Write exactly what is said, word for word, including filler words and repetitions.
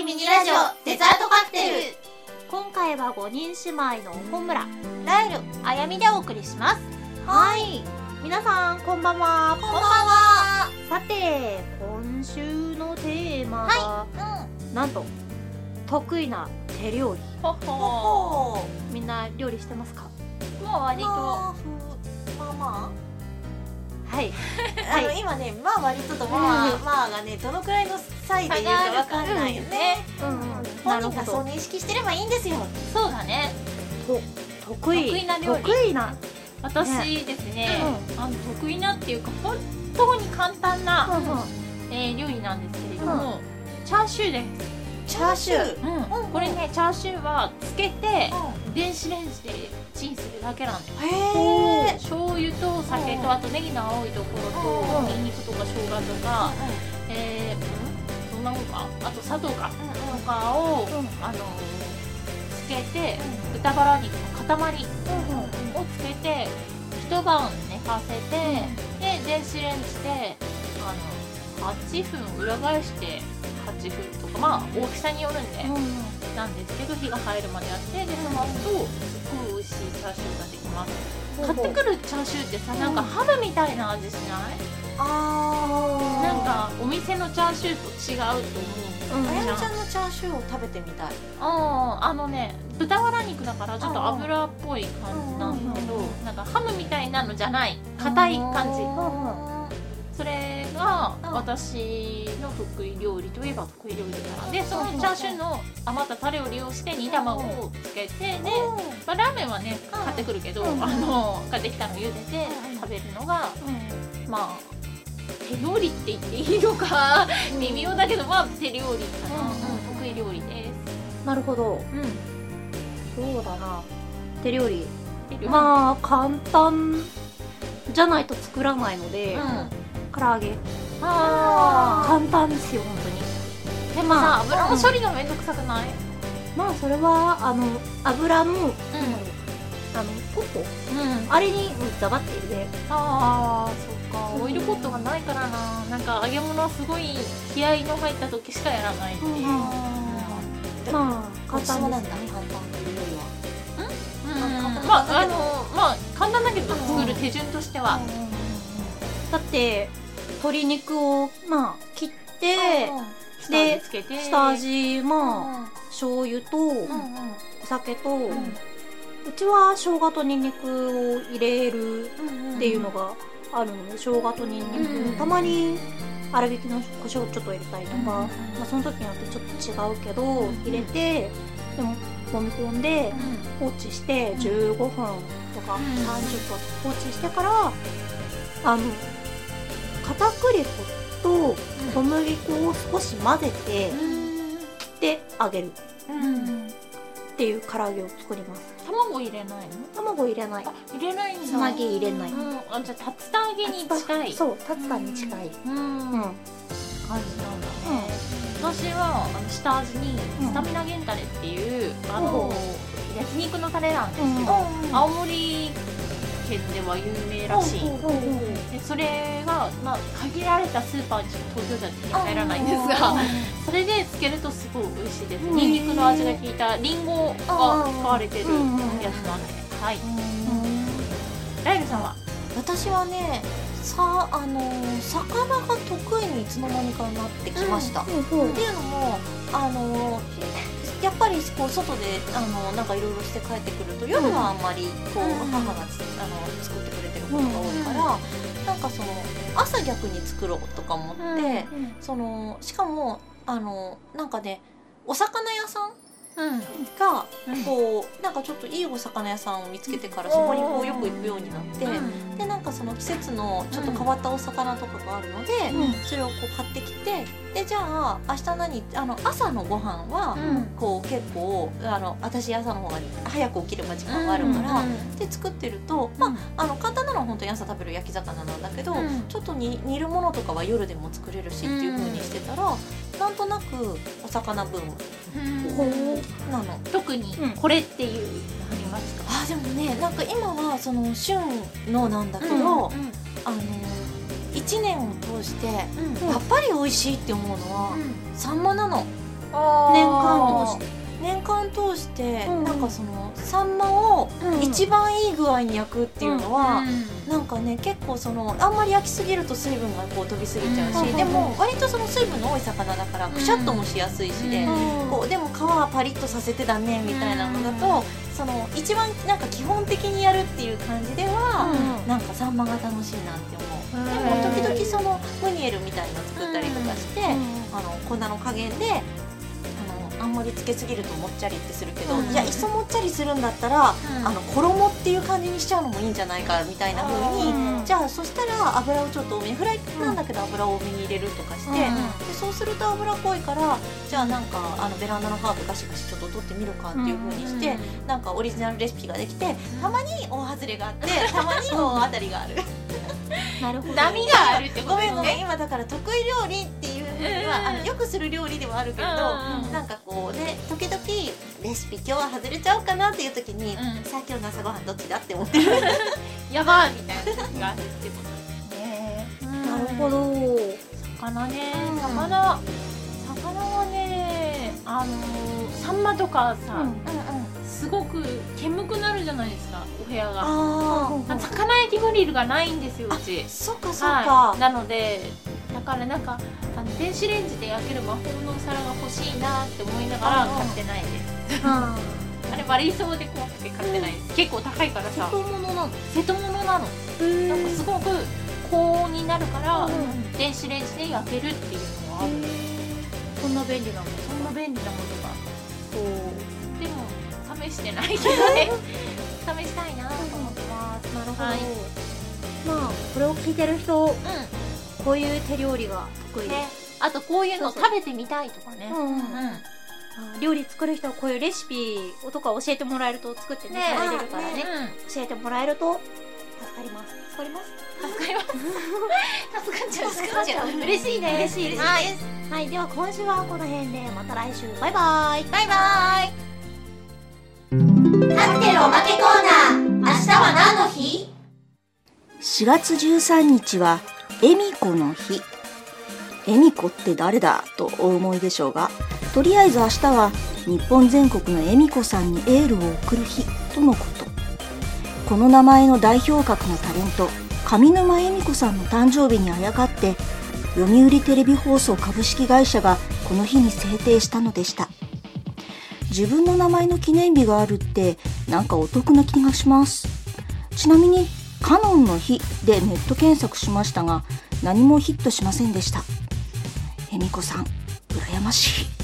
ミニラジオデザートカクテル。 今回はごにん姉妹の本村、 ライル、 あやみでお送りします。はい、皆さんこんばんは。 こんばんは。 さて、今週のテーマが、 はい、 うん、なんと得意な手料理。 ほほー。みんな料理してますか？ もう割とまあまあはい、 あの今ね、まあ割ととまあまあがね、どのくらいの差異で言うかわかんないよね。 うんうん、 本人がそう認識してればいいんですよ。 そうだね。 と得意得意な料理。 得意な私ですね、 うん、 あの得意なっていうか本当に簡単な、 うんうん、 えー、料理なんですけれども、うん、チャーシューです。 チャーシュー。 うん。これね、チャーシューはつけて、 うん、 電子レンジでチンするだけなんです。 へえ。 醤油と酒と、あとネギの青いところと、ニンニクとか生姜とか、えー、そんなもんか、あと砂糖か、とかを、あのつけて、豚バラ肉の塊をつけて一晩寝かせて、で電子レンジであのはちふん裏返してはっぷんとか、まあ大きさによるんで、なんですけど、火が入るまでやって、でその後すっごい美味しいチャーシューができます。買ってくるチャーシューってさ、なんかハムみたいな味しない？ あー、 なんかお店のチャーシューと違うと思う。 あやみちゃんのチャーシューを食べてみたい。 ああ、あのね、豚バラ肉だからちょっと油っぽい感じなんだけど、なんかハムみたいなのじゃない硬い感じ。それが私の得意料理といえば得意料理だから。でそのチャーシューの余ったタレを利用して煮卵をつけて、で、まあ、ラーメンはね買ってくるけど、あの買ってきたのを茹でて食べるのが、まあ手料理って言っていいのか微妙だけど、まあ手料理かな、うん、得意料理です。 なるほど。 うん、 そうだな。手料理。 手料理まあ簡単じゃないと作らないので、うん、唐揚げ。 ああ、 簡単ですよ本当に。 でもさ、油の処理がめんどくさくない？ まあそれはあの油の、うん、あのポット、うん、あれにザバって入れる。 ああ、そっか。オイルポットがないからな。なんか揚げ物はすごい気合いの入った時しかやらないっていう。うん、 まあ簡単ですね。 なんだ、簡単というよりは。 まああのまあ簡単だけど作る手順としては。 だって鶏肉をまあ切って、で下味まあ醤油とお酒と、うちは生姜とニンニクを入れるっていうのがあるので、生姜とニンニク、たまに粗挽きの胡椒をちょっと入れたりとか、まあその時によってちょっと違うけど入れて、でも揉み込んで放置してじゅうごふんとかさんじゅっぷん放置してから、あの片栗粉と小麦粉を少し混ぜてで揚げるっていう唐揚げを作ります。 卵入れないの？ 卵入れない。 入れないんだ。 つなぎ入れない。 うん、あ、じゃあ竜田揚げに近い。 そう、竜田に近い。うん、うん、感じなんだね。 私はあの下味にスタミナ源タレっていう、うん、あの焼肉のタレなんですけど、うん、青森県では有名らしい。でそれが、まあ、限られたスーパーにしか東京じゃ手に入らないんですが、それでつけるとすごい美味しいです。ニンニクの味が効いたリンゴが使われてるやつなんで、はい。ライルさんは？ 私はね、さあの魚が得意にいつの間にかなってきました。っていうのもあのやっぱりこう外であのなんかいろいろして帰ってくると、夜はあんまりこう、うん、母がつあの作ってくれてることが多いから、うん、なんかその朝逆に作ろうとか思って、うん、そのしかもあのなんかね、お魚屋さんがこうなんかちょっといいお魚屋さんを見つけてから、そこにこうよく行くようになって、でなんかその季節のちょっと変わったお魚とかがあるので、それをこう買ってきて、でじゃあ明日何あの朝のご飯はこう結構あの私朝の方が早く起きれば時間があるから、で作ってると、まああの簡単なのは本当に朝食べる焼き魚なんだけど、ちょっとに煮るものとかは夜でも作れるしっていう風にしてたら、なんとなくお魚ブームなの。 特にこれっていうのありますか？ あ、でもね、なんか今はその旬のなんだけど、うんうん、あのいちねんを通してやっぱり美味しいって思うのは、うん、サンマなの。 年間通して年間通して、 うん、 なんかそのサンマを一番いい具合に焼くっていうのは、うんうん、なんかね結構そのあんまり焼きすぎると水分がこう飛びすぎちゃうし、うん、でも割とその水分の多い魚だからくしゃっともしやすいしで、うん、こうでも皮はパリッとさせてだねみたいなのだと、その一番なんか基本的にやるっていう感じでは、うん、なんかサンマが楽しいなって思う。でも時々そのムニエルみたいの作ったりとかして、うん、あの粉の加減であんまりつけすぎるともっちゃりってするけど、うん、いやいっそもっちゃりするんだったら、うん、あの衣っていう感じにしちゃうのもいいんじゃないかみたいな風に、うん、じゃあそしたら油をちょっと多めにフライパンなんだけど油を多めに入れるとかして、うん、でそうすると油濃いからじゃあなんかあのベランダのハーブガシガシちょっと取ってみるかっていう風にして、うん、なんかオリジナルレシピができて、たまに大外れがあってたまに大当たりがあるなるほど、波があるってことですね。 ごめんごめん、今だから得意料理っていうのは、うん、あのよくする料理ではあるけど、うん、なんかこうね時々レシピ今日は外れちゃおうかなっていう時に、うん、さあ今日の朝ごはんどっちだって思ってるやばいみたいな時があるってことですね、 うん、なるほど。 魚ね、魚魚はね、あのー、サンマとかさ、うんうんうん、すごく煙くなるじゃないですかお部屋が。ああ、魚焼きグリルがないんですようち。 そっかそっか、 はい、なのでだからなんかあの電子レンジで焼ける魔法の皿が欲しいなって思いながら買ってないです。あれ割りそうで怖くて買ってないです、うん、結構高いからさ。 瀬戸物なの？ 瀬戸物なの。なんかすごく高温になるから、うん、電子レンジで焼けるっていうのはある。 そんな便利なもの、 そんな便利なものがこうでも試してないけどね試したいなと思ってます。 なるほど、はい、まあこれを聞いてる人、うん、こういう手料理が得意、 ね、あとこういうの食べてみたいとかね。うんうんうん、 料理作る人はこういうレシピとか教えてもらえると作ってね食べれるからね、うん、教えてもらえると助かります。助かります助かります助かっちゃう助かっちゃう嬉しいね嬉しいです。はい、はい、では今週はこの辺でまた来週。バイバイバイバイ。 カクテルおまけコーナー、明日は何の日？ しがつじゅうさんにちはえみこの日。えみこって誰だとお思いでしょうが、とりあえず明日は日本全国のえみこさんにエールを送る日とのこと。この名前の代表格のタレント上沼恵美子さんの誕生日にあやかって読売テレビ放送株式会社がこの日に制定したのでした。自分の名前の記念日があるってなんかお得な気がします。ちなみにカノンの日でネット検索しましたが何もヒットしませんでした。恵美子さん羨ましい。